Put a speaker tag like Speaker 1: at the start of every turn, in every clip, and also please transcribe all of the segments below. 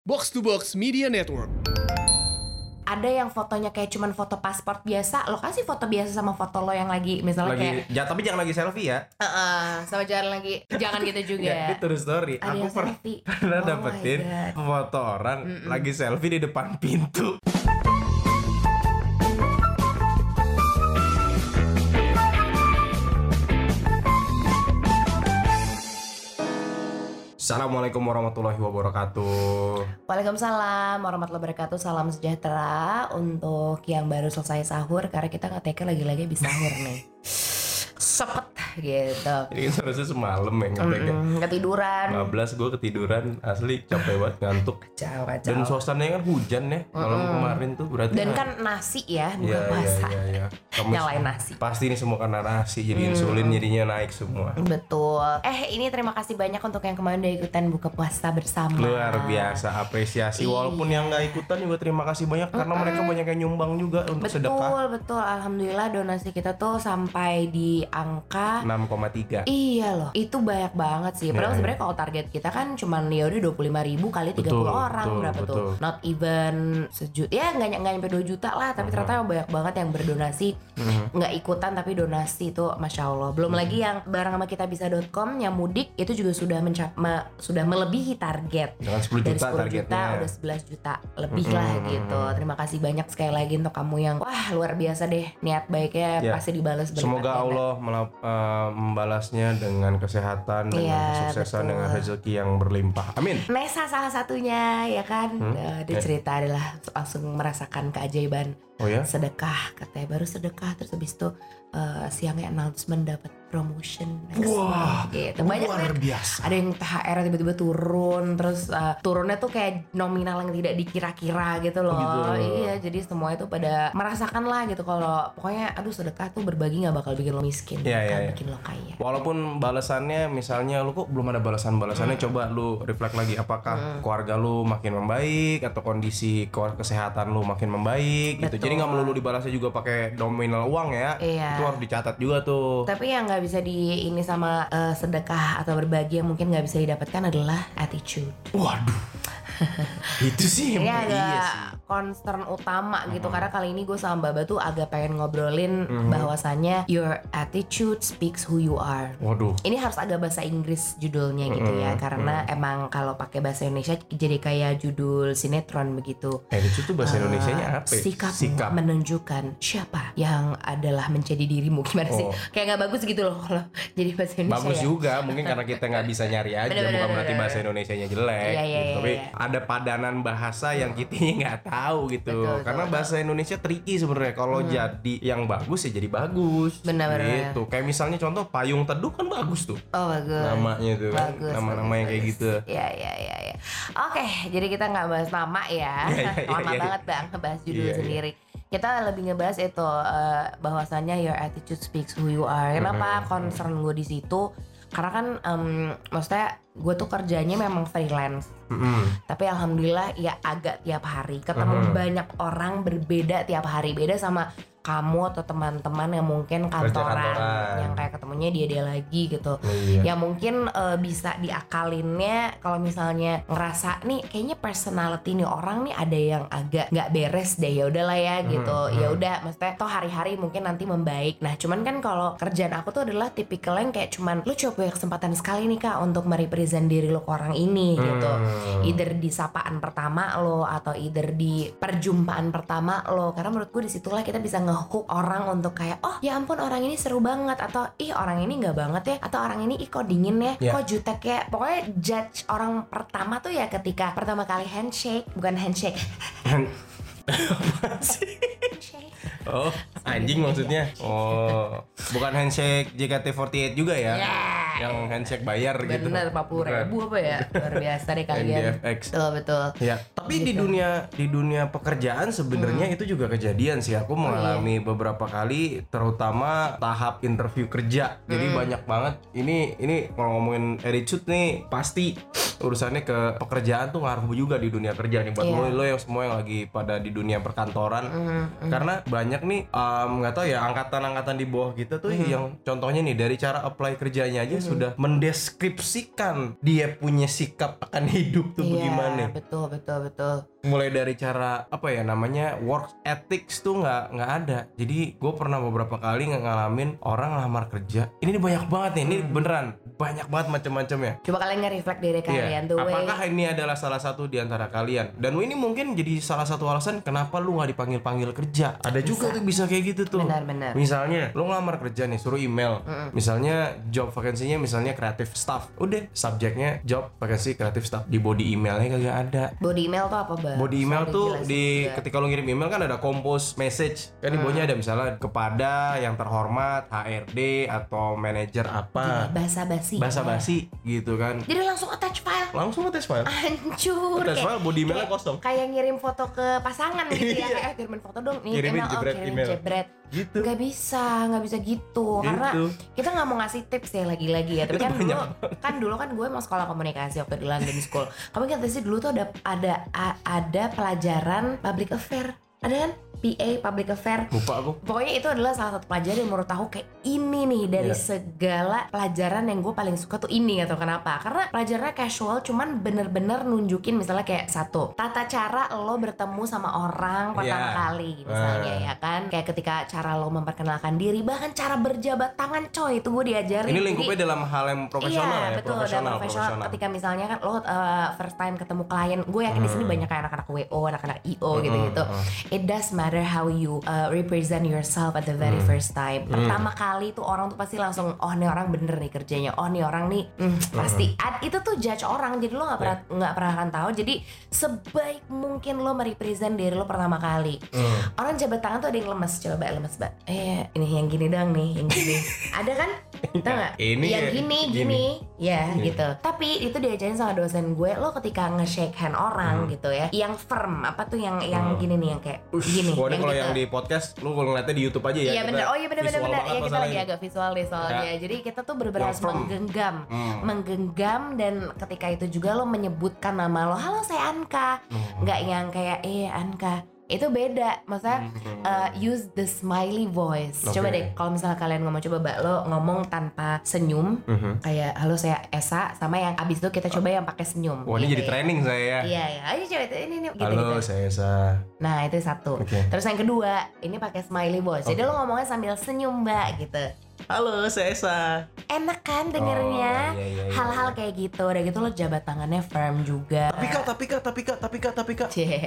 Speaker 1: Box to Box Media Network.
Speaker 2: Ada yang fotonya kayak cuman foto paspor biasa, lo kasih foto biasa sama foto lo yang lagi misalnya kayak
Speaker 3: tapi jangan lagi selfie ya.
Speaker 2: sama jangan gitu juga.
Speaker 3: Ya, itu true story.
Speaker 2: Ada
Speaker 3: Aku
Speaker 2: yang selfie.
Speaker 3: pernah
Speaker 2: Oh
Speaker 3: dapetin
Speaker 2: my God.
Speaker 3: foto orang lagi selfie di depan pintu. Assalamualaikum warahmatullahi wabarakatuh.
Speaker 2: Waalaikumsalam warahmatullahi wabarakatuh. Salam sejahtera untuk yang baru selesai sahur, karena kita nge-take lagi-lagi habis sahur nih. Sepet gitu.
Speaker 3: Ini kan seharusnya semalam ya ngetek.
Speaker 2: Ketiduran.
Speaker 3: 15 gue ketiduran, asli capek banget, ngantuk.
Speaker 2: Kacau.
Speaker 3: Dan suasananya kan hujan ya malam kemarin tuh, berarti
Speaker 2: Dan kan nasi ya, buka puasa.
Speaker 3: Iya.
Speaker 2: Nyalain nasi.
Speaker 3: Pasti ini semua karena nasi, jadi insulin jadinya naik semua.
Speaker 2: Betul. Ini terima kasih banyak untuk yang kemarin udah ikutan buka puasa bersama.
Speaker 3: Luar biasa, apresiasi. Walaupun yang nggak ikutan juga terima kasih banyak, karena mereka banyak yang nyumbang juga untuk sedekah.
Speaker 2: Betul. Alhamdulillah donasi kita tuh sampai di angka
Speaker 3: 6,3.
Speaker 2: Iya loh, itu banyak banget sih. Padahal
Speaker 3: Iya.
Speaker 2: sebenarnya kalau target kita kan cuman ya udah 25.000 kali 30 orang berapa
Speaker 3: betul.
Speaker 2: tuh? Not even sejuta. Ya nggak nyampe 2 juta lah, tapi ternyata banyak banget yang berdonasi. Nggak ikutan tapi donasi itu Masya Allah. Belum lagi yang bareng sama kitabisa.com yang mudik itu juga sudah sudah melebihi target.
Speaker 3: Dengan 10
Speaker 2: Dari
Speaker 3: juta
Speaker 2: 10
Speaker 3: targetnya.
Speaker 2: juta udah 11 juta lebih lah gitu. Terima kasih banyak sekali lagi untuk kamu yang wah luar biasa deh, niat baiknya
Speaker 3: Ya.
Speaker 2: pasti dibalas berlipat
Speaker 3: Semoga
Speaker 2: ganda.
Speaker 3: Allah membalasnya dengan kesehatan, dengan
Speaker 2: Iya,
Speaker 3: kesuksesan,
Speaker 2: betul.
Speaker 3: dengan rezeki yang berlimpah. Amin.
Speaker 2: Nesa salah satunya ya kan. Dia cerita adalah langsung merasakan keajaiban
Speaker 3: Oh ya?
Speaker 2: sedekah, katanya baru sedekah terus habis itu siangnya announcement dapat promotion next
Speaker 3: Wah,
Speaker 2: month gitu. Banyak
Speaker 3: luar
Speaker 2: kan.
Speaker 3: biasa.
Speaker 2: Ada yang THR tiba-tiba turun, terus turunnya tuh kayak nominal yang tidak dikira-kira gitu loh.
Speaker 3: Gitu.
Speaker 2: Iya, jadi semua itu pada merasakan lah gitu kalau pokoknya aduh sedekah tuh berbagi nggak bakal bikin lo miskin,
Speaker 3: Iya,
Speaker 2: bakal
Speaker 3: iya.
Speaker 2: bikin lo kaya.
Speaker 3: Walaupun balasannya misalnya lu kok belum ada balasannya, coba lu reflect lagi apakah keluarga lu makin membaik atau kondisi kesehatan lu makin membaik gitu.
Speaker 2: Betul.
Speaker 3: Jadi nggak melulu dibalasnya juga pakai nominal uang ya.
Speaker 2: Iya.
Speaker 3: Itu harus dicatat juga tuh.
Speaker 2: Tapi yang nggak bisa di ini sama sedekah atau berbagi yang mungkin nggak bisa didapatkan adalah attitude.
Speaker 3: Waduh. Itu sih
Speaker 2: Ini
Speaker 3: emang
Speaker 2: agak
Speaker 3: iya sih.
Speaker 2: concern utama gitu, karena kali ini gue sama Baba tuh agak pengen ngobrolin bahwasannya your attitude speaks who you are.
Speaker 3: Waduh.
Speaker 2: Ini harus agak bahasa Inggris judulnya gitu ya, karena emang kalau pakai bahasa Indonesia jadi kayak judul sinetron begitu.
Speaker 3: Itu tuh bahasa Indonesianya apa? ya?
Speaker 2: Sikap menunjukkan siapa yang adalah menjadi dirimu. Gimana sih?
Speaker 3: Oh.
Speaker 2: Kayak nggak bagus gitu loh kalau jadi bahasa Indonesia.
Speaker 3: Bagus
Speaker 2: ya.
Speaker 3: juga, mungkin karena kita nggak bisa nyari aja,
Speaker 2: Bener,
Speaker 3: bukan berarti
Speaker 2: bener.
Speaker 3: bahasa Indonesianya jelek.
Speaker 2: Iya,
Speaker 3: gitu.
Speaker 2: iya,
Speaker 3: Tapi
Speaker 2: iya.
Speaker 3: ada padanan bahasa yang kita nggak tahu gitu.
Speaker 2: Betul,
Speaker 3: Karena
Speaker 2: betul.
Speaker 3: bahasa Indonesia tricky sebenarnya. Kalau jadi yang bagus ya jadi bagus.
Speaker 2: Bener.
Speaker 3: Gitu. Kayak misalnya contoh payung teduh kan bagus tuh.
Speaker 2: Oh bagus.
Speaker 3: Namanya tuh kan.
Speaker 2: Bagus,
Speaker 3: Nama-nama yang kayak
Speaker 2: bagus.
Speaker 3: gitu.
Speaker 2: Iya. Oke, jadi kita nggak bahas nama ya.
Speaker 3: Iya.
Speaker 2: Lama banget bang ngebahas judul
Speaker 3: Iya.
Speaker 2: sendiri. Kita lebih ngebahas itu bahwasannya your attitude speaks who you are. Kenapa concern gue di situ? Karena kan maksudnya gue tuh kerjanya memang freelance. Tapi alhamdulillah ya agak tiap hari ketemu banyak orang berbeda tiap hari, beda sama kamu atau teman-teman yang mungkin kantoran, yang kayak ketemunya dia lagi gitu.
Speaker 3: Iya.
Speaker 2: Ya mungkin bisa diakalinnya kalau misalnya ngerasa nih kayaknya personality nih orang nih ada yang agak nggak beres deh, ya udahlah ya gitu. Ya udah, maksudnya toh hari-hari mungkin nanti membaik. Nah cuman kan kalau kerjaan aku tuh adalah tipikal yang kayak cuman lu coba punya kesempatan sekali nih kak untuk merepresent diri lo ke orang ini gitu. Either di sapaan pertama lo atau either di perjumpaan pertama lo, karena menurut gue disitulah kita bisa ngehook orang untuk kayak oh ya ampun orang ini seru banget, atau ih orang ini nggak banget ya, atau orang ini ih kok dingin ya,
Speaker 3: Yeah.
Speaker 2: kok jutek ya. Pokoknya judge orang pertama tuh ya ketika pertama kali handshake, bukan handshake. Handshake.
Speaker 3: Oh, anjing maksudnya. Oh, bukan handshake JKT48 juga ya? Yang handshake bayar gitu.
Speaker 2: Bener 40.000 apa ya, luar biasa deh kalian.
Speaker 3: NDFX.
Speaker 2: Betul.
Speaker 3: Ya, tapi
Speaker 2: Gitu.
Speaker 3: di dunia pekerjaan sebenarnya itu juga kejadian sih. Aku mengalami beberapa kali, terutama tahap interview kerja. Jadi banyak banget. Ini kalau ngomongin attitude nih pasti urusannya ke pekerjaan tuh ngaruh juga di dunia kerja nih buat lo yang semua yang lagi pada di dunia perkantoran. Karena banyak nih nggak tahu ya angkatan-angkatan di bawah kita tuh yang contohnya nih dari cara apply kerjanya aja sudah mendeskripsikan dia punya sikap akan hidup tuh bagaimana.
Speaker 2: Betul.
Speaker 3: Mulai dari cara apa ya namanya work ethics tuh nggak ada. Jadi gue pernah beberapa kali ngalamin orang lamar kerja. Ini banyak banget nih, ini beneran banyak banget macam-macamnya.
Speaker 2: Coba kalian nge-reflect diri kalian tuh.
Speaker 3: Apakah ini adalah salah satu di antara kalian? Dan ini mungkin jadi salah satu alasan kenapa lu nggak dipanggil kerja. Ada juga tuh bisa kayak gitu tuh.
Speaker 2: Benar.
Speaker 3: Misalnya lu ngelamar kerja nih, suruh email. Misalnya job vakansinya misalnya creative staff. Udah subjeknya job vakansi creative staff. Di body emailnya kagak ada.
Speaker 2: Body email tuh apa, Bang?
Speaker 3: Body email tuh di ketika lu ngirim email kan ada compose message. Kan di bawahnya ada misalnya kepada yang terhormat HRD atau manajer apa. Basa-basi gitu kan.
Speaker 2: Jadi langsung attach file. Hancur.
Speaker 3: Attach file body emailnya kosong.
Speaker 2: Kayak ngirim foto ke pasangan gitu ya. Kayak kirimin foto dong nih.
Speaker 3: Kirimin jebret. Gitu.
Speaker 2: Gak bisa gitu. Karena kita nggak mau ngasih tips ya lagi-lagi ya. Tapi kan dulu kan gue mau sekolah komunikasi waktu di London School. Kamu ingat sih dulu tuh ada pelajaran public affair. Ada kan? PA, Public Affair.
Speaker 3: Lupa aku.
Speaker 2: Pokoknya itu adalah salah satu pelajaran yang menurut aku kayak ini nih dari segala pelajaran yang gue paling suka tuh ini atau kenapa? Karena pelajarannya casual, cuman bener-bener nunjukin misalnya kayak satu tata cara lo bertemu sama orang pertama kali misalnya ya kan, kayak ketika cara lo memperkenalkan diri, bahkan cara berjabat tangan coy itu gue diajarin.
Speaker 3: Ini lingkupnya dalam hal yang profesional ya,
Speaker 2: betul,
Speaker 3: profesional.
Speaker 2: Ketika misalnya kan lo first time ketemu klien, gue yakin di sini banyak kayak anak-anak WO, anak-anak IO gitu-gitu. It does matter how you represent yourself at the very first time. Pertama kali tuh orang tuh pasti langsung nih orang bener nih kerjanya, nih orang nih pasti itu tuh judge orang. Jadi lo nggak pernah akan tahu. Jadi sebaik mungkin lo merepresent diri lo pertama kali. Orang jabat tangan tuh ada yang lemes, coba lemes mbak. Ini yang gini dong nih, yang gini. Ada kan? Tahu nggak?
Speaker 3: Ini
Speaker 2: yang gini. Ya gitu. Tapi itu diajarin sama dosen gue. Lo ketika nge-shake hand orang gitu ya, yang firm apa tuh yang gini nih, yang kayak gini.
Speaker 3: Pokoknya kalau yang di podcast lu kalau ngeliatnya di YouTube aja ya.
Speaker 2: Iya benar. Oh iya benar. Ya kita lagi agak visual deh soalnya.
Speaker 3: Ya.
Speaker 2: Jadi kita tuh benar-benar menggenggam dan ketika itu juga lo menyebutkan nama lo. Halo saya Anka. Nggak yang kayak Anka. Itu beda, maksudnya use the smiley voice. Coba deh kalau misalnya kalian ngomong, coba mbak lo ngomong tanpa senyum, kayak halo saya Esa, sama yang abis itu kita coba yang pakai senyum.
Speaker 3: Wah ini jadi training saya.
Speaker 2: Iya. Ayo coba ini gitu.
Speaker 3: Halo saya Esa.
Speaker 2: Nah itu satu. Terus yang kedua, ini pakai smiley voice. Jadi lo ngomongnya sambil senyum mbak gitu.
Speaker 3: Halo saya Esa.
Speaker 2: Enak kan dengernya.
Speaker 3: Iya.
Speaker 2: Hal-hal kayak gitu. Udah gitu lo jabat tangannya firm juga.
Speaker 3: Tapi kak.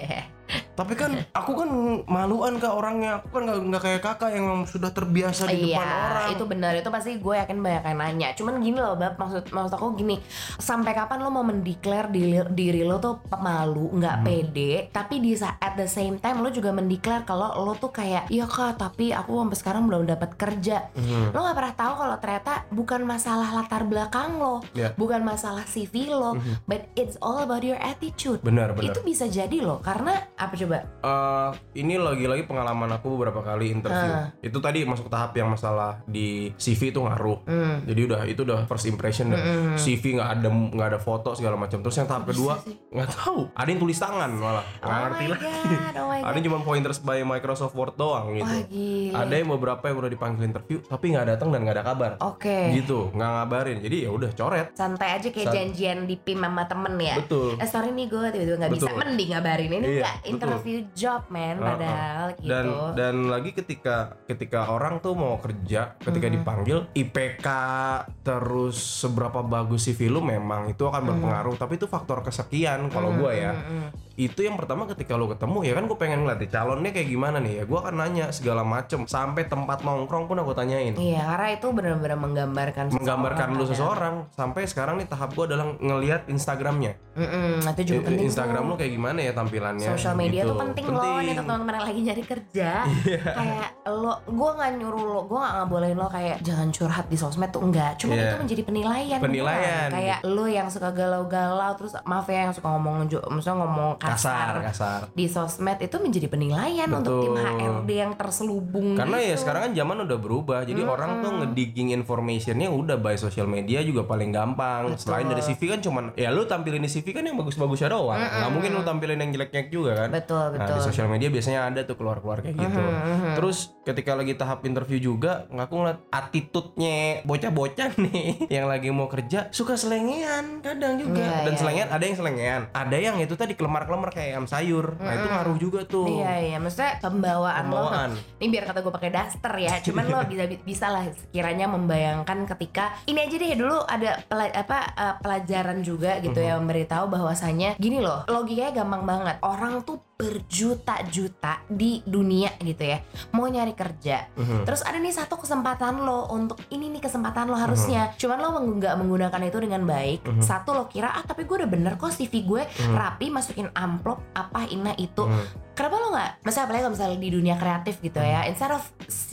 Speaker 3: Tapi kan aku kan maluan kak orangnya. Aku kan nggak kayak kakak yang sudah terbiasa di depan orang.
Speaker 2: Itu benar. Itu pasti gue yakin banyak yang nanya. Cuman gini loh bab, maksud aku gini. Sampai kapan lo mau mendeklar diri lo tuh pemalu, nggak pede, tapi di saat at the same time lo juga mendeklar kalau lo tuh kayak iya kak, tapi aku sampai sekarang belum dapat kerja. Lo nggak pernah tahu kalau ternyata bukan masalah latar belakang lo, bukan masalah CV lo, but it's all about your attitude.
Speaker 3: Benar.
Speaker 2: Itu bisa jadi lo, karena apa coba?
Speaker 3: Ini lagi-lagi pengalaman aku beberapa kali interview. Itu tadi masuk tahap yang masalah di CV itu ngaruh. Jadi itu udah first impression dah. CV nggak ada foto segala macam. Terus yang tahap kedua nggak tahu. Ada yang tulis tangan malah. Nggak ngerti lagi. Ada yang cuma pointers by Microsoft Word doang gitu. Ada yang beberapa yang udah dipanggil interview tapi nggak datang dan nggak ada kabar. Gitu, nggak ngabarin. Jadi ya udah coret.
Speaker 2: Santai aja kayak janjian di PIM sama temen ya.
Speaker 3: Betul.
Speaker 2: Sorry nih gue tiba-tiba nggak bisa. Mending ngabarin ini nggak interview job man padahal gitu.
Speaker 3: Dan lagi ketika orang tuh mau kerja, ketika dipanggil IPK terus seberapa bagus CV lu memang itu akan berpengaruh. Tapi itu faktor kesekian kalau gue ya. Itu yang pertama ketika lu ketemu ya kan gue pengen ngeliat calonnya kayak gimana nih ya. Gue akan nanya segala macem sampai tempat nongkrong pun aku tanyain.
Speaker 2: Iya karena itu benar-benar menggambarkan
Speaker 3: lu seseorang. Sampai sekarang nih tahap gue adalah ngelihat Instagramnya.
Speaker 2: Itu juga penting.
Speaker 3: Instagram lu kayak gimana ya tampilannya.
Speaker 2: Social media itu penting loh nih untuk teman-teman yang lagi nyari kerja. Kayak lo, gue nggak nyuruh lo, gue nggak bolehin lo kayak jangan curhat di sosmed tuh, enggak. Cuma itu menjadi penilaian. Kayak lo yang suka galau-galau, terus maaf ya yang suka misalnya ngomong kasar di sosmed, itu menjadi penilaian untuk tim HRD yang terselubung.
Speaker 3: Karena ya sekarang kan zaman udah berubah, jadi orang tuh ngedigging informationnya udah by social media juga paling gampang. Selain dari CV kan cuman ya lu tampilin di CV kan yang bagus-bagusnya doang, nggak mungkin lu tampilin yang jelek-jelek juga kan.
Speaker 2: Betul.
Speaker 3: Nah di social media biasanya ada tuh keluar-keluar kayak gitu. Terus ketika lagi tahap interview juga, aku ngeliat attitude-nya bocah-bocah nih yang lagi mau kerja suka selengean kadang juga. Dan selengean ada yang selengean, ada yang itu tadi kelemar-kelemar kayak ayam sayur. Nah itu ngaruh juga tuh.
Speaker 2: Iya, maksudnya pembawaan lo. Ini biar kata gue pakai daster ya, cuman lo bisa lah sekiranya membayangkan ketika ini aja deh, dulu ada pelajaran juga gitu ya, memberitahu bahwasanya gini loh, logikanya gampang banget. Orang tuh berjuta-juta di dunia gitu ya, mau nyari kerja. Terus ada nih satu kesempatan lo untuk ini nih kesempatan lo harusnya. Cuman lo nggak menggunakan itu dengan baik. Satu lo kira tapi gue udah bener kok CV gue rapi, masukin amplop apa ina itu. Kenapa lo nggak? Maksudnya apalagi kalau misalnya di dunia kreatif gitu ya, instead of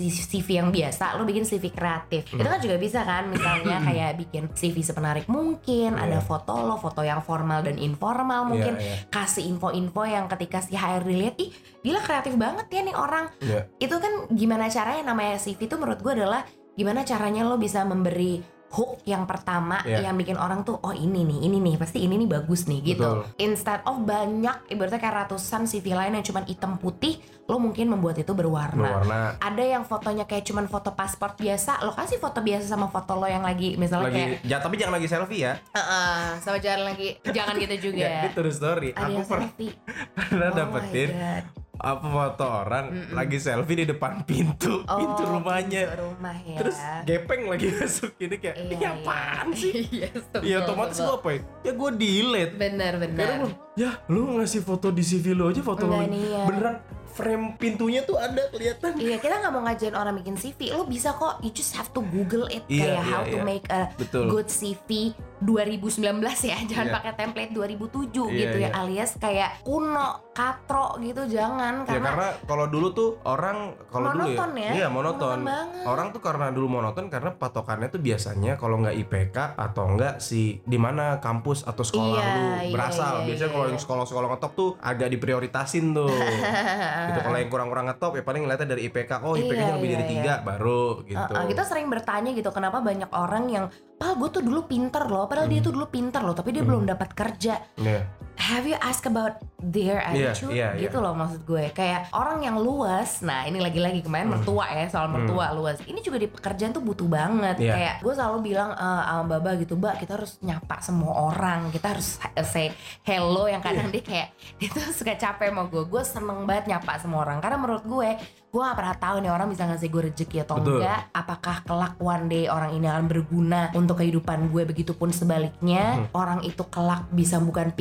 Speaker 2: CV yang biasa, lo bikin CV kreatif. Itu kan juga bisa kan, misalnya kayak bikin CV semenarik mungkin, ada foto lo, foto yang formal dan informal mungkin, kasih info-info yang ketika si HRD lihat, ih gila kreatif banget ya nih orang. Itu kan gimana caranya, namanya CV itu menurut gue adalah gimana caranya lo bisa memberi hook yang pertama yang bikin orang tuh oh ini nih pasti ini nih bagus nih gitu. Instead of banyak ibaratnya kayak ratusan CV lain yang cuman hitam putih, lo mungkin membuat itu berwarna. Ada yang fotonya kayak cuman foto paspor biasa, lo kasih foto biasa sama foto lo yang lagi misalnya kayak
Speaker 3: tapi jangan lagi selfie ya.
Speaker 2: Sama jangan gitu juga.
Speaker 3: Ini true story.
Speaker 2: Ada
Speaker 3: Aku pernah dapetin apa foto orang lagi selfie di depan pintu rumahnya. Terus gepeng lagi masuk ini kayak ini apaan sih? Iya otomatis gue apa ya gue delete.
Speaker 2: Bener.
Speaker 3: Karena ya lu ngasih foto di CV lu aja, foto lu beneran frame pintunya tuh ada kelihatan.
Speaker 2: Iya, kita nggak mau ngajarin orang bikin CV, lo bisa kok, you just have to Google it kayak how to make a good CV 2019 ya, jangan pakai template 2007 gitu ya, alias kayak kuno, katro gitu, jangan.
Speaker 3: Karena kalau dulu tuh orang
Speaker 2: monoton
Speaker 3: dulu ya, monoton. Orang tuh karena dulu monoton karena patokannya tuh biasanya kalau nggak IPK atau enggak di mana kampus atau sekolah lu berasal. Biasanya kalau yang sekolah-sekolah ngetop tuh agak diprioritasin tuh. Gitu. Kalau yang kurang-kurang ngetop ya paling ngeliatnya dari IPK, IPK-nya lebih dari 3 baru gitu.
Speaker 2: Kita sering bertanya gitu, kenapa banyak orang yang gue tuh dulu pinter loh, padahal dia tuh dulu pinter loh, tapi dia belum dapat kerja. Have you asked about their attitude? Gitu loh maksud gue. Kayak orang yang luas, nah ini lagi-lagi kemarin mertua ya, soal mertua luas. Ini juga di pekerjaan tuh butuh banget. Kayak gue selalu bilang sama Baba gitu, Mbak kita harus nyapa semua orang, kita harus say hello, yang kadang dia kayak dia tuh suka capek sama gue. Gue seneng banget nyapa semua orang, karena menurut gue gak pernah tahu nih orang bisa ngasih gue rezeki atau enggak. Apakah kelak one day orang ini akan berguna untuk kehidupan gue, begitupun sebaliknya orang itu kelak bisa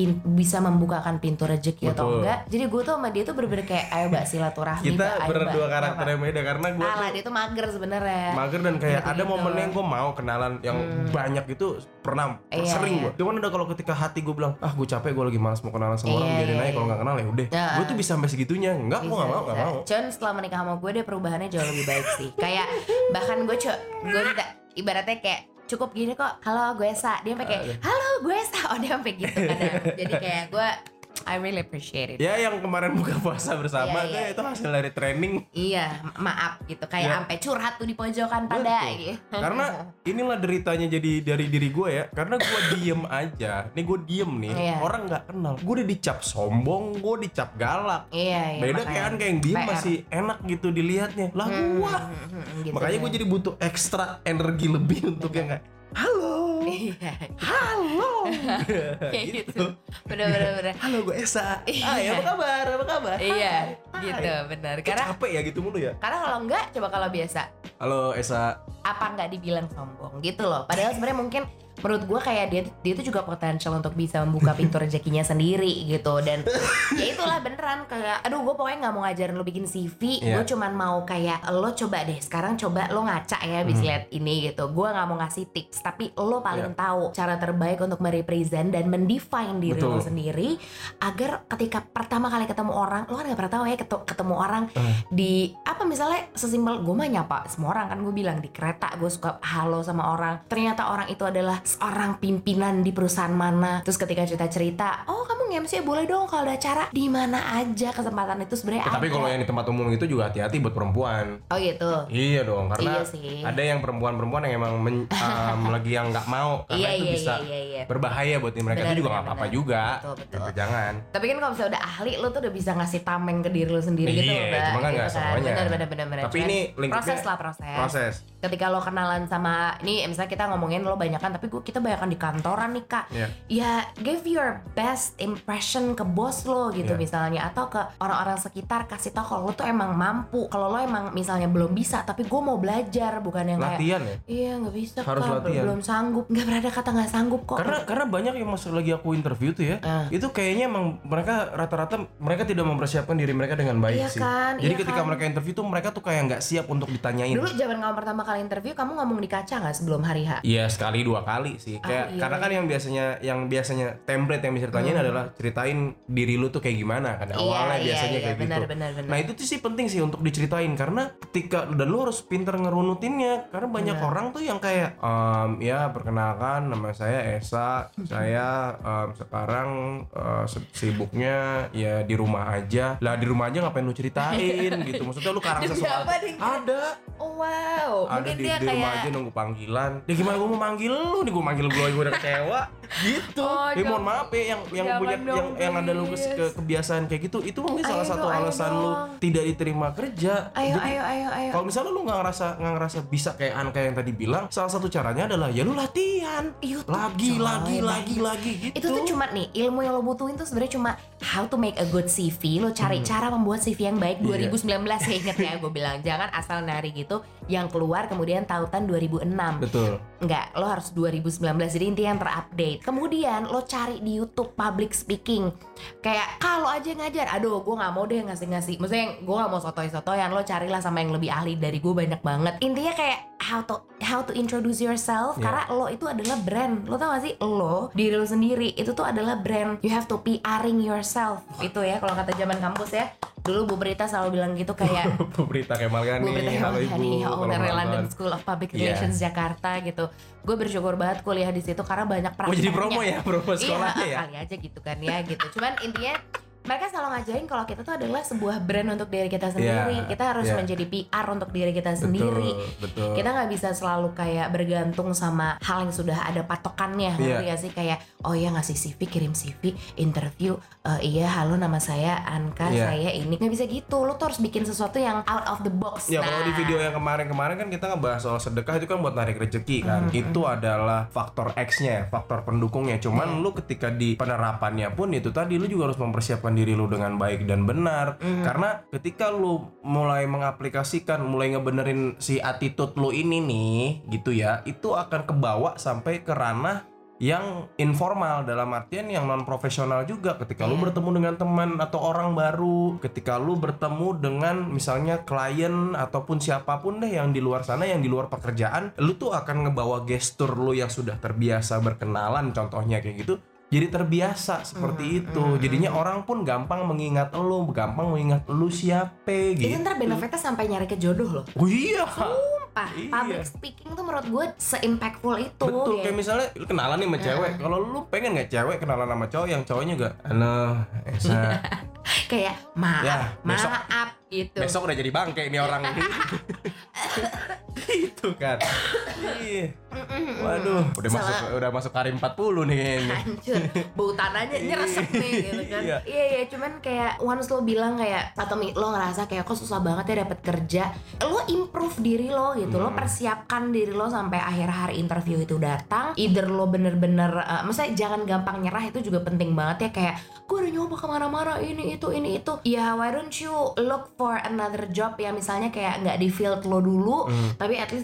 Speaker 2: membukakan pintu rezeki atau enggak. Jadi gue tuh sama dia tuh bener-bener kayak ayo mbak silaturahmi.
Speaker 3: Kita berdua karakter yang beda karena gue
Speaker 2: dia tuh mager sebenarnya.
Speaker 3: Mager dan kayak ada momennya gue mau kenalan yang banyak itu pernah sering gue. Cuman udah kalau ketika hati gue bilang gue capek, gue lagi malas mau kenalan sama orang, biarin aja, kalau nggak kenal ya udah. Gue tuh bisa sampai segitunya. Enggak, gue nggak mau.
Speaker 2: Cuman setelah menikah sama gue dia perubahannya jauh lebih baik sih. Kayak bahkan gue minta ibaratnya kayak cukup gini kok, halo gue Esa, dia sampai kayak halo gue Esa, dia sampai gitu kadang. Jadi kayak gue I really appreciate it.
Speaker 3: Ya yang kemarin buka puasa bersama itu hasil dari training.
Speaker 2: Iya, maaf gitu. Kayak sampai curhat tuh di pojokan pada gitu.
Speaker 3: Karena inilah deritanya jadi dari diri gue ya. Karena gue diem aja. Nih gue diem nih. Orang nggak kenal. Gue udah dicap sombong, gue dicap galak. Beda kayak yang diem masih enak gitu dilihatnya. Lah gue. Gitu makanya gue jadi butuh ekstra energi lebih untuk yang kayak halo. Halo.
Speaker 2: Kayak gitu. Bener.
Speaker 3: Halo gue Esa. Apa kabar?
Speaker 2: Iya, gitu, benar. Karena
Speaker 3: capek ya gitu mulu ya.
Speaker 2: Karena kalau enggak, coba kalau biasa.
Speaker 3: Halo Esa.
Speaker 2: Apa enggak dibilang sombong gitu loh. Padahal sebenarnya mungkin menurut gue kayak dia tuh juga potensial untuk bisa membuka pintu rezekinya sendiri gitu. Dan ya itulah beneran kayak aduh gue pokoknya nggak mau ngajarin lo bikin CV, gue cuman mau kayak lo coba deh sekarang coba lo ngaca ya abis lihat ini gitu. Gue nggak mau ngasih tips tapi lo paling tahu cara terbaik untuk merepresent dan mendefine diri lo sendiri agar ketika pertama kali ketemu orang, lo kan nggak pernah tahu ya ketemu orang di apa misalnya sesimpel gue mah nyapa semua orang kan, gue bilang di kereta gue suka halo sama orang, ternyata orang itu adalah seorang pimpinan di perusahaan mana, terus ketika cerita oh kamu nge-MC boleh dong kalau ada acara di mana aja, kesempatan itu sebenarnya ada.
Speaker 3: Tapi kalau yang di tempat umum itu juga hati-hati buat perempuan.
Speaker 2: Oh gitu.
Speaker 3: Iya dong, karena
Speaker 2: iya sih.
Speaker 3: ada yang perempuan yang emang lagi yang nggak mau karena itu bisa berbahaya buat mereka. Itu juga nggak apa-apa juga.
Speaker 2: Betul.
Speaker 3: Gitu, jangan.
Speaker 2: Tapi kan kalau misalnya udah ahli lo tuh udah bisa ngasih tameng ke diri lo sendiri gitu loh.
Speaker 3: Iya, cuma kan nggak
Speaker 2: gitu
Speaker 3: semuanya.
Speaker 2: Bener.
Speaker 3: Tapi ini
Speaker 2: proses. Ketika lo kenalan sama ini misalnya kita ngomongin lo banyakan tapi kita banyakan di kantoran nih kak. Ya give your best impression ke bos lo gitu misalnya, atau ke orang-orang sekitar, kasih tau kalau lo tuh emang mampu, kalau lo emang misalnya belum bisa tapi gue mau belajar, bukan yang
Speaker 3: latihan
Speaker 2: kayak iya nggak bisa
Speaker 3: harus
Speaker 2: kak
Speaker 3: latihan.
Speaker 2: belum sanggup, nggak pernah ada kata nggak sanggup kok.
Speaker 3: Karena banyak yang masuk lagi aku interview tuh ya itu kayaknya emang mereka rata-rata mereka tidak mempersiapkan diri mereka dengan baik sih
Speaker 2: kan,
Speaker 3: jadi ketika mereka interview tuh mereka tuh kayak nggak siap untuk ditanyain.
Speaker 2: Dulu zaman kamu pertama kali interview kamu ngomong di kaca nggak sebelum hari H?
Speaker 3: Iya sekali 2 kali sih kayak karena kan yang biasanya template yang bisa ditanyain adalah ceritain diri lu tuh kayak gimana kan awalnya biasanya kayak gitu.
Speaker 2: Benar.
Speaker 3: Nah itu tuh sih penting sih untuk diceritain karena ketika dan lu harus pinter ngerunutinnya karena banyak orang tuh yang kayak ya perkenalkan nama saya Esa, saya sekarang sibuknya ya di rumah aja. Lah di rumah aja ngapain lu ceritain gitu. Maksudnya lu karang sesuatu. Ada.
Speaker 2: Oh wow.
Speaker 3: Ada
Speaker 2: mungkin
Speaker 3: di
Speaker 2: dia
Speaker 3: rumah
Speaker 2: kayak
Speaker 3: aja nunggu panggilan. Ya gimana gue mau manggil lu nih, gue manggil gue udah kecewa gitu. Mohon maaf ya yang ada lu kebiasaan kayak gitu itu mungkin salah satu alasan lu tidak diterima kerja.
Speaker 2: Ayo.
Speaker 3: Kalau misalnya lu nggak ngerasa bisa kayak Anka yang tadi bilang, salah satu caranya adalah ya lu latihan. Lagi gitu.
Speaker 2: Itu tuh cuma nih ilmu yang lo butuhin tuh sebenarnya cuma how to make a good CV. Lo cari cara membuat CV yang baik 2019 ya, inget ya gue bilang jangan asal nari gitu yang keluar kemudian tautan 2006.
Speaker 3: Betul.
Speaker 2: Enggak, lo harus 2019 jadi intinya yang terupdate. Kemudian lo cari di YouTube public speaking. Kayak kalau aja ngajar, aduh gue nggak mau deh ngasih. Maksudnya gue nggak mau sotoy-sotoyan, lo carilah sama yang lebih ahli dari gue banyak banget. Intinya kayak how to introduce yourself karena lo itu adalah brand. Lo tau gak sih lo diri lo sendiri itu tuh adalah brand. You have to PR-ing yourself. Itu ya kalau kata zaman kampus ya. Dulu Bu Berita selalu bilang gitu kayak
Speaker 3: Bu Berita Kemalgani,
Speaker 2: halo Ibu, owner London School of Public Relations Jakarta gitu. Gue bersyukur banget kuliah di situ karena banyak prakteknya.
Speaker 3: Jadi promo sekolahnya ya.
Speaker 2: Kali aja gitu kan ya gitu. Cuman intinya mereka selalu ngajarin kalau kita tuh adalah sebuah brand untuk diri kita sendiri. Kita harus menjadi PR untuk diri kita sendiri.
Speaker 3: Betul.
Speaker 2: Kita nggak bisa selalu kayak bergantung sama hal yang sudah ada patokannya. Ngerti gak sih kayak oh ya ngasih CV, kirim CV, interview. Iya halo nama saya Anka, saya ini. Nggak bisa gitu. Lo tuh harus bikin sesuatu yang out of the box.
Speaker 3: Ya kalau di video yang kemarin kan kita ngebahas soal sedekah itu kan buat narik rezeki kan. Itu adalah faktor X-nya, faktor pendukungnya. Cuman lu ketika di penerapannya pun itu tadi lu juga harus mempersiapkan diri lu dengan baik dan benar. Karena ketika lu mulai mengaplikasikan, mulai ngebenerin si attitude lu ini nih gitu ya, itu akan kebawa sampai ke ranah yang informal, dalam artian yang non profesional juga. Ketika lu bertemu dengan teman atau orang baru, ketika lu bertemu dengan misalnya klien ataupun siapapun deh yang di luar sana, yang di luar pekerjaan, lu tuh akan ngebawa gestur lu yang sudah terbiasa berkenalan, contohnya kayak gitu, jadi terbiasa seperti itu. Jadinya orang pun gampang mengingat lu siapa gitu.
Speaker 2: Itu ntar benefitnya sampai nyari ke jodoh loh.
Speaker 3: Oh iya.
Speaker 2: Public speaking tuh menurut gue se-impactful itu.
Speaker 3: Betul, kayak misalnya lu kenalan nih sama cewek. Kalau lu pengen gak cewek kenalan sama cowok yang cowoknya juga halo, Esa.
Speaker 2: Kayak maaf gitu.
Speaker 3: Besok udah jadi bangke ini orang. Gitu kan. Waduh, udah masuk Karim 40 nih kayaknya.
Speaker 2: Hancur. Bau tanahnya nyeresep nih gitu kan. Iya, cuman kayak once lo bilang kayak atau lo ngerasa kayak kok susah banget ya dapet kerja, lo improve diri lo gitu. Lo persiapkan diri lo sampai akhir hari interview itu datang. Either lo bener-bener maksudnya jangan gampang nyerah, itu juga penting banget ya. Kayak gue udah nyoba kemana-mana ini itu. Ya why don't you look for another job ya, misalnya kayak nggak di field lo dulu, tapi at least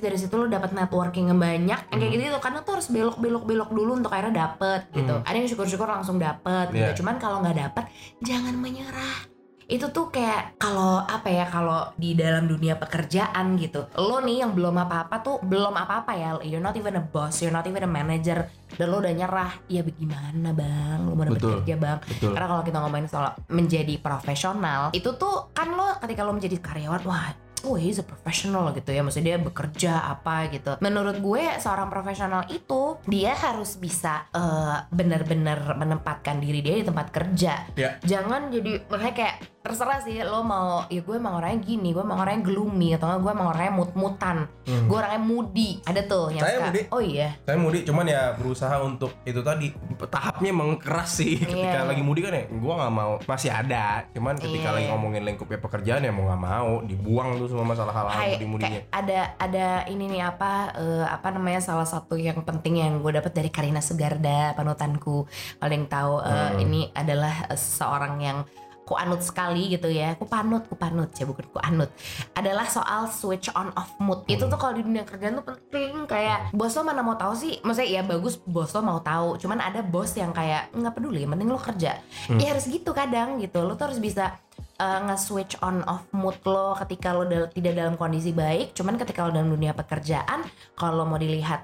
Speaker 2: dari situ lo dapat networking yang banyak, yang kayak gitu. Karena tuh harus belok dulu untuk akhirnya dapet gitu. Ada yang syukur-syukur langsung dapet gitu. Cuman kalau nggak dapet, jangan menyerah. Itu tuh kayak kalau di dalam dunia pekerjaan gitu, lo nih yang belum apa-apa ya, you're not even a boss, you're not even a manager, dan lo udah nyerah, ya bagaimana bang, lo mau dapet kerja bang. Karena kalau kita ngomongin soal menjadi profesional, itu tuh kan lo ketika lo menjadi karyawan, wah he's a professional gitu ya, maksudnya dia bekerja apa gitu. Menurut gue seorang profesional itu dia harus bisa benar-benar menempatkan diri dia di tempat kerja. Jangan jadi makanya kayak terserah sih lo mau, ya gue emang orangnya gini, gue emang orangnya gloomy, atau enggak gue emang orangnya mut-mutan, gue orangnya moody. Ada tuh yang
Speaker 3: saya moody.
Speaker 2: Oh iya,
Speaker 3: saya moody, cuman ya berusaha untuk itu tadi, tahapnya emang keras sih. Ketika lagi moody kan ya gue nggak mau, masih ada, cuman ketika lagi ngomongin lingkupnya pekerjaan ya mau nggak mau dibuang tuh semua masalah hal-hal moody-moodinya.
Speaker 2: Ada ini nih apa namanya, salah satu yang penting yang gue dapat dari Karina Sugarda, panutanku, paling tahu. Ini adalah seorang yang ku anut sekali gitu ya, ku panut ya, bukan ku anut, adalah soal switch on off mood. Itu tuh kalau di dunia kerjaan tuh penting. Kayak bos lo mana mau tahu sih, maksudnya ya bagus bos lo mau tahu, cuman ada bos yang kayak nggak peduli, mending lo kerja. Ya harus gitu kadang gitu, lo tuh harus bisa nge-switch on off mood lo ketika lo tidak dalam kondisi baik. Cuman ketika lo dalam dunia pekerjaan, kalau mau dilihat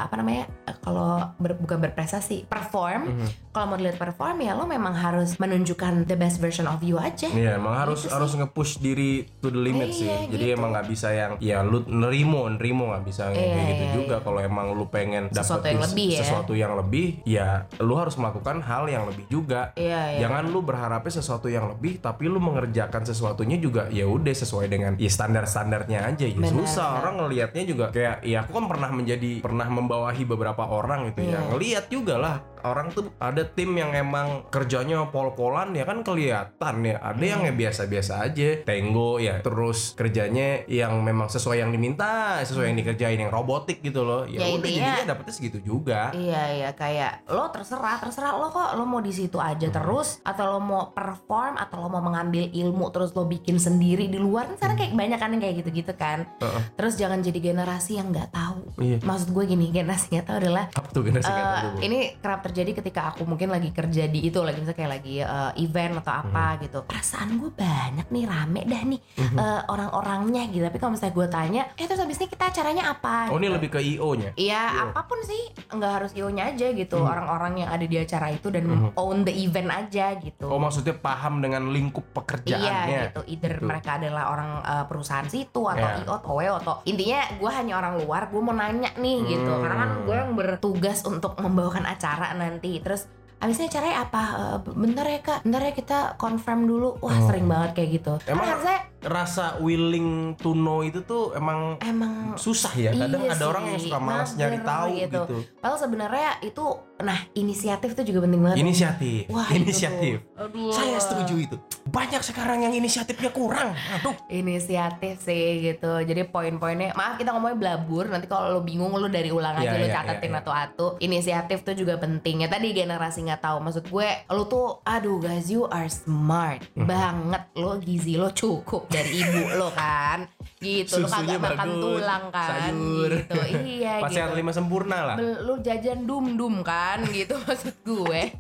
Speaker 2: kalau bukan berprestasi, perform. Kalau mau dilihat perform ya lo memang harus menunjukkan the best version of you aja.
Speaker 3: Iya, emang harus nge-push diri to the limit sih. Jadi emang nggak bisa yang ya lu nerimo nggak bisa kayak gitu juga. Kalau emang lu pengen dapat sesuatu yang lebih, ya lu harus melakukan hal yang lebih juga. Jangan lu berharapnya sesuatu yang lebih tapi lu mengerjakan sesuatunya juga ya udah sesuai dengan ya standar-standarnya aja. Ya susah orang ngelihatnya juga kayak ya aku kan pernah membawahi beberapa orang gitu ya. Ngelihat juga lah orang tuh ada tim yang emang kerjanya pol-polan ya kan kelihatan ya. Ada yang ya biasa-biasa aja, tenggo ya, terus kerjanya yang memang sesuai yang diminta, sesuai yang dikerjain, yang robotik gitu loh. Ya udah jadinya dapetnya segitu juga.
Speaker 2: Iya kayak lo terserah lo kok, lo mau di situ aja terus, atau lo mau perform, atau lo mau mengambil ilmu terus lo bikin sendiri di luar. Kan sekarang kayak banyak kan yang kayak gitu-gitu kan. Terus jangan jadi generasi yang nggak tahu. Maksud gue gini, generasi nggak tahu adalah
Speaker 3: apa tuh generasi nggak tahu?
Speaker 2: Ini kerap terjadi ketika aku mungkin lagi kerja di itu, lagi misalnya kayak lagi event atau apa gitu. Perasaan gue banyak nih, rame dah nih orang-orangnya gitu. Tapi kalau misalnya gue tanya, terus abis ini kita acaranya apa?
Speaker 3: Oh gitu. Ini lebih ke IO-nya?
Speaker 2: Iya, apapun sih, nggak harus IO-nya aja gitu. Orang-orang yang ada di acara itu dan own the event aja gitu.
Speaker 3: Oh maksudnya paham dengan lingkup pekerjaannya?
Speaker 2: Iya gitu, either mereka adalah orang perusahaan situ atau IO atau WO atau intinya gue hanya orang luar, gue mau nanya nih gitu. Karena kan gue yang bertugas untuk membawakan acara nanti. Terus abisnya acaranya apa? Bentar ya kita confirm dulu. Wah sering banget kayak gitu.
Speaker 3: Emang harusnya rasa willing to know itu tuh emang susah ya. Kadang ada orang yang suka malas nyari tahu gitu.
Speaker 2: Padahal sebenarnya itu, inisiatif tuh juga penting banget.
Speaker 3: Inisiatif.
Speaker 2: Wah,
Speaker 3: inisiatif.
Speaker 2: Aduh.
Speaker 3: Saya setuju itu. Banyak sekarang yang inisiatifnya kurang. Aduh.
Speaker 2: Inisiatif sih gitu. Jadi poin-poinnya, maaf kita ngomongnya blabur. Nanti kalau lo bingung lo dari ulang aja, lo catetin atu-atu. Inisiatif tuh juga penting. Ya tadi generasi nggak tahu. Maksud gue, lo tuh, aduh guys, you are smart banget. Lo gizi lo cukup dari ibu lo kan. Gitu.
Speaker 3: Susunya
Speaker 2: lo kagak makan tulang kan.
Speaker 3: Sayur.
Speaker 2: Gitu. Iya
Speaker 3: Pas
Speaker 2: gitu.
Speaker 3: Pas 5 sempurna lah.
Speaker 2: Lo jajan dum-dum kan gitu maksud gue.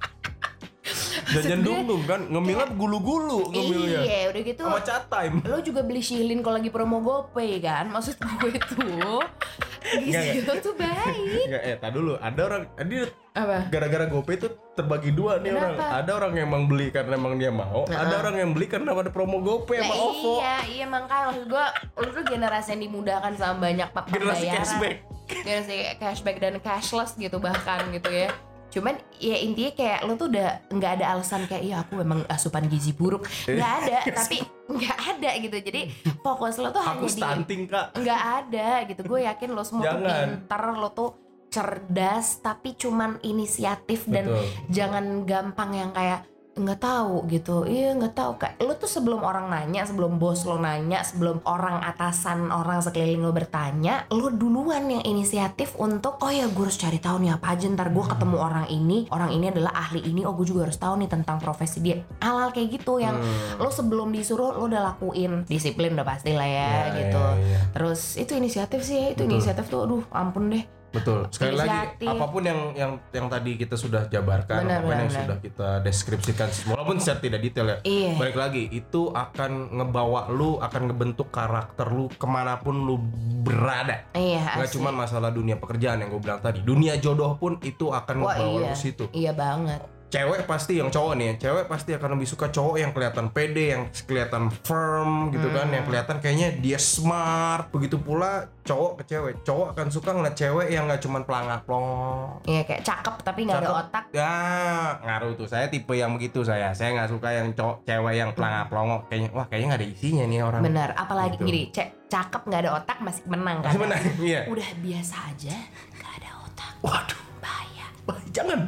Speaker 3: Jajan dum-dum kan, ngemilnya gulu-gulu ngemilnya.
Speaker 2: Iya, udah gitu.
Speaker 3: Sama chat time.
Speaker 2: Lo juga beli Shilin kalau lagi promo GoPay kan? Maksud gue tuh gizi lo tuh baik.
Speaker 3: Enggak, tak dulu. Ada orang,
Speaker 2: apa?
Speaker 3: Gara-gara GoPay tuh terbagi dua nih. Kenapa? Orang. Ada orang yang emang beli karena emang dia mau. Ada orang yang beli karena ada promo GoPay sama OVO.
Speaker 2: Iya makanya maksud gue, lo tuh generasi yang dimudahkan sama banyak pembayaran.
Speaker 3: Generasi cashback.
Speaker 2: Generasi cashback dan cashless gitu bahkan gitu ya. Cuman ya intinya kayak lo tuh udah nggak ada alasan kayak iya aku memang asupan gizi buruk, nggak ada. Tapi nggak ada gitu. Jadi fokus lo tuh
Speaker 3: aku
Speaker 2: hanya
Speaker 3: stunting kak,
Speaker 2: nggak ada gitu. Gue yakin lo semua tuh pinter, lo tuh cerdas, tapi cuman inisiatif. Dan jangan gampang yang kayak nggak tahu gitu. Iya nggak tahu, kayak lu tuh sebelum orang nanya, sebelum bos lo nanya, sebelum orang atasan, orang sekeliling lo bertanya, lo duluan yang inisiatif untuk oh ya gue harus cari tahu nih apa aja, ntar gue ketemu orang ini adalah ahli ini, oh gue juga harus tahu nih tentang profesi dia. Hal-hal kayak gitu yang lo sebelum disuruh lo udah lakuin. Disiplin udah pasti lah ya gitu. Terus itu inisiatif sih ya, itu inisiatif tuh aduh ampun deh.
Speaker 3: Betul. Sekali lagi apapun yang tadi kita sudah jabarkan, apapun yang sudah kita deskripsikan, walaupun secara tidak detail ya. Balik lagi itu akan ngebawa lu, akan ngebentuk karakter lu kemanapun lu berada. Gak cuma masalah dunia pekerjaan yang gue bilang tadi, dunia jodoh pun itu akan ngebawa lu ke situ.
Speaker 2: Iya banget.
Speaker 3: Cewek pasti yang cowok nih, cewek pasti akan lebih suka cowok yang kelihatan pede, yang kelihatan firm gitu kan, yang kelihatan kayaknya dia smart. Begitu pula cowok ke cewek, cowok akan suka ngeliat cewek yang nggak cuman pelangak-plong.
Speaker 2: Iya kayak cakep tapi nggak ada otak.
Speaker 3: Ya ngaruh tuh, saya tipe yang begitu saya nggak suka yang cewek yang pelangak-plongok, kayaknya nggak ada isinya nih orang.
Speaker 2: Benar, apalagi
Speaker 3: gitu.
Speaker 2: gini, cakep nggak ada otak masih menang kan?
Speaker 3: Masih menang, iya.
Speaker 2: Udah biasa aja nggak ada otak.
Speaker 3: Waduh,
Speaker 2: bahaya.
Speaker 3: Jangan.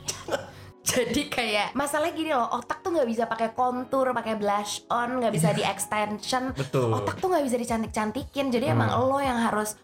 Speaker 2: Jadi kayak masalahnya gini loh, otak tuh nggak bisa pakai kontur, pakai blush on, nggak bisa di extension.
Speaker 3: Betul.
Speaker 2: Otak tuh nggak bisa dicantik-cantikin. Jadi emang lo yang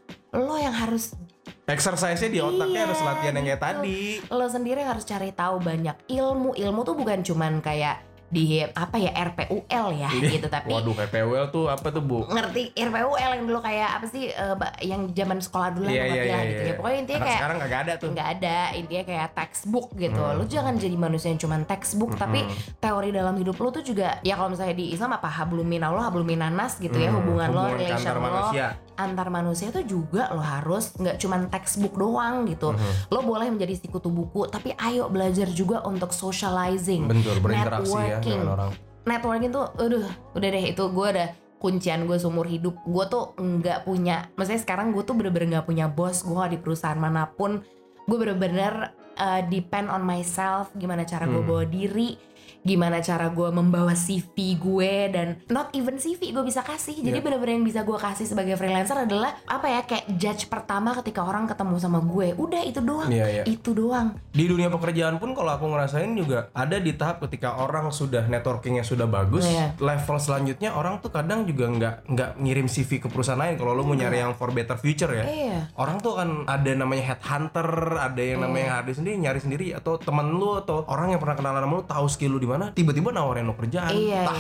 Speaker 2: harus
Speaker 3: exercise-nya di otaknya harus latihan yang kayak tadi.
Speaker 2: Lo sendiri harus cari tahu banyak ilmu. Ilmu tuh bukan cuman kayak di apa ya RPUL ya gitu, tapi
Speaker 3: waduh RPUL tuh apa tuh Bu?
Speaker 2: Ngerti RPUL yang dulu kayak apa sih yang zaman sekolah dulu lah gitu ya. Pokoknya intinya kayak
Speaker 3: sekarang nggak ada tuh.
Speaker 2: Nggak ada, intinya kayak textbook gitu. Lu jangan jadi manusia yang cuman textbook, tapi teori dalam hidup lu tuh juga ya kalau misalnya di Islam apa hablum minallah hablum minanas gitu ya, hubungan lo, relation lo antar manusia tuh juga lo harus nggak cuman textbook doang gitu. Lo boleh menjadi sekutu buku, tapi ayo belajar juga untuk socializing.
Speaker 3: Bentur, berinteraksi ya dengan orang.
Speaker 2: Networking tuh udah deh, itu gue ada kuncian gue seumur hidup. Gue tuh nggak punya, maksudnya sekarang gue tuh bener-bener nggak punya bos. Gue nggak di perusahaan manapun, gue bener-bener depend on myself. Gimana cara gue bawa diri, gimana cara gue membawa CV gue, dan not even CV gue bisa kasih. Jadi bener-bener yang bisa gue kasih sebagai freelancer adalah apa ya, kayak judge pertama ketika orang ketemu sama gue. Udah itu doang. Itu doang.
Speaker 3: Di dunia pekerjaan pun kalau aku ngerasain juga ada di tahap ketika orang sudah networkingnya sudah bagus, level selanjutnya orang tuh kadang juga nggak ngirim CV ke perusahaan lain kalau lo mau nyari yang for better future ya. Orang tuh kan ada namanya headhunter, ada yang namanya nyari sendiri, atau temen lu atau orang yang pernah kenalan sama lu tahu skill lu di mana, tiba-tiba nawarin lo kerjaan.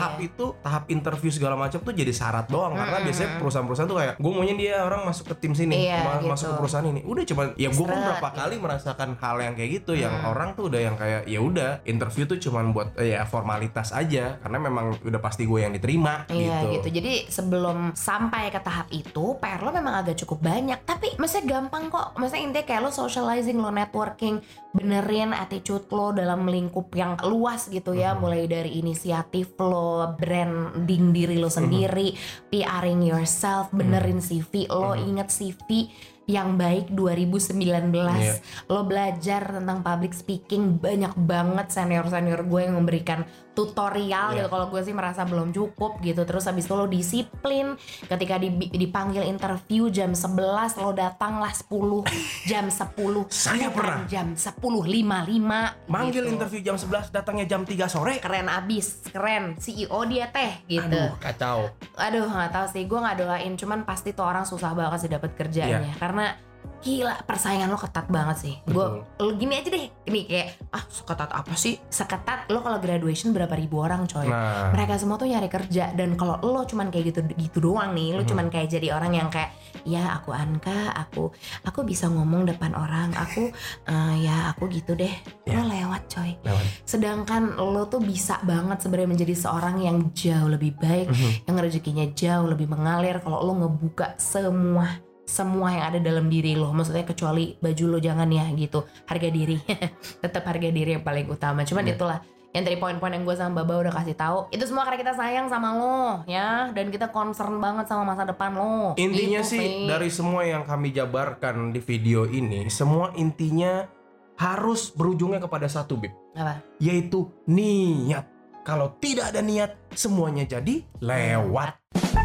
Speaker 3: Tahap interview segala macam tuh jadi syarat doang, karena biasanya perusahaan-perusahaan tuh kayak gue maunya dia orang masuk ke tim sini, masuk ke perusahaan ini. Udah coba ya, gue pun berapa kali merasakan hal yang kayak gitu, yang orang tuh udah yang kayak ya udah interview tuh cuman buat ya formalitas aja, karena memang udah pasti gue yang diterima gitu.
Speaker 2: Jadi sebelum sampai ke tahap itu, PR lo memang agak cukup banyak, tapi maksudnya gampang kok. Maksudnya intinya kayak lo socializing, lo networking, benerin attitude lo dalam lingkup yang luas gitu ya, mulai dari inisiatif lo, branding diri lo sendiri, PRing yourself, benerin CV lo. Ingat CV yang baik 2019, lo belajar tentang public speaking. Banyak banget senior-senior gue yang memberikan tutorial gitu. Kalau gue sih merasa belum cukup gitu. Terus habis itu lo disiplin, ketika dipanggil interview jam 11 lo datanglah 10 jam 10.
Speaker 3: Saya pernah
Speaker 2: jam 10.55
Speaker 3: manggil
Speaker 2: gitu.
Speaker 3: interview jam 11, datangnya jam 3 sore.
Speaker 2: Keren abis, keren. CEO dia teh gitu.
Speaker 3: Aduh kacau.
Speaker 2: Aduh nggak tahu sih, gue nggak doain, cuman pasti tuh orang susah banget sih dapat kerjaannya, karena gila persaingan lo ketat banget sih. Gue gini aja deh, ini kayak seketat apa sih? Seketat lo kalau graduation berapa ribu orang coy. Mereka semua tuh nyari kerja, dan kalau lo cuman kayak gitu doang nih, lo cuman kayak jadi orang yang kayak ya aku Anka, aku bisa ngomong depan orang, aku gitu deh. Lo lewat coy. Sedangkan lo tuh bisa banget sebenarnya menjadi seorang yang jauh lebih baik, yang rezekinya jauh lebih mengalir kalau lo ngebuka semua yang ada dalam diri lo. Maksudnya kecuali baju lo jangan ya gitu. Harga diri tetap harga diri yang paling utama. Cuman itulah yang dari poin-poin yang gue sama Baba udah kasih tahu. Itu semua karena kita sayang sama lo ya, dan kita concern banget sama masa depan lo.
Speaker 3: Intinya
Speaker 2: gitu
Speaker 3: sih dari semua yang kami jabarkan di video ini, semua intinya harus berujungnya kepada satu, Bib.
Speaker 2: Apa?
Speaker 3: Yaitu niat. Kalau tidak ada niat, semuanya jadi lewat.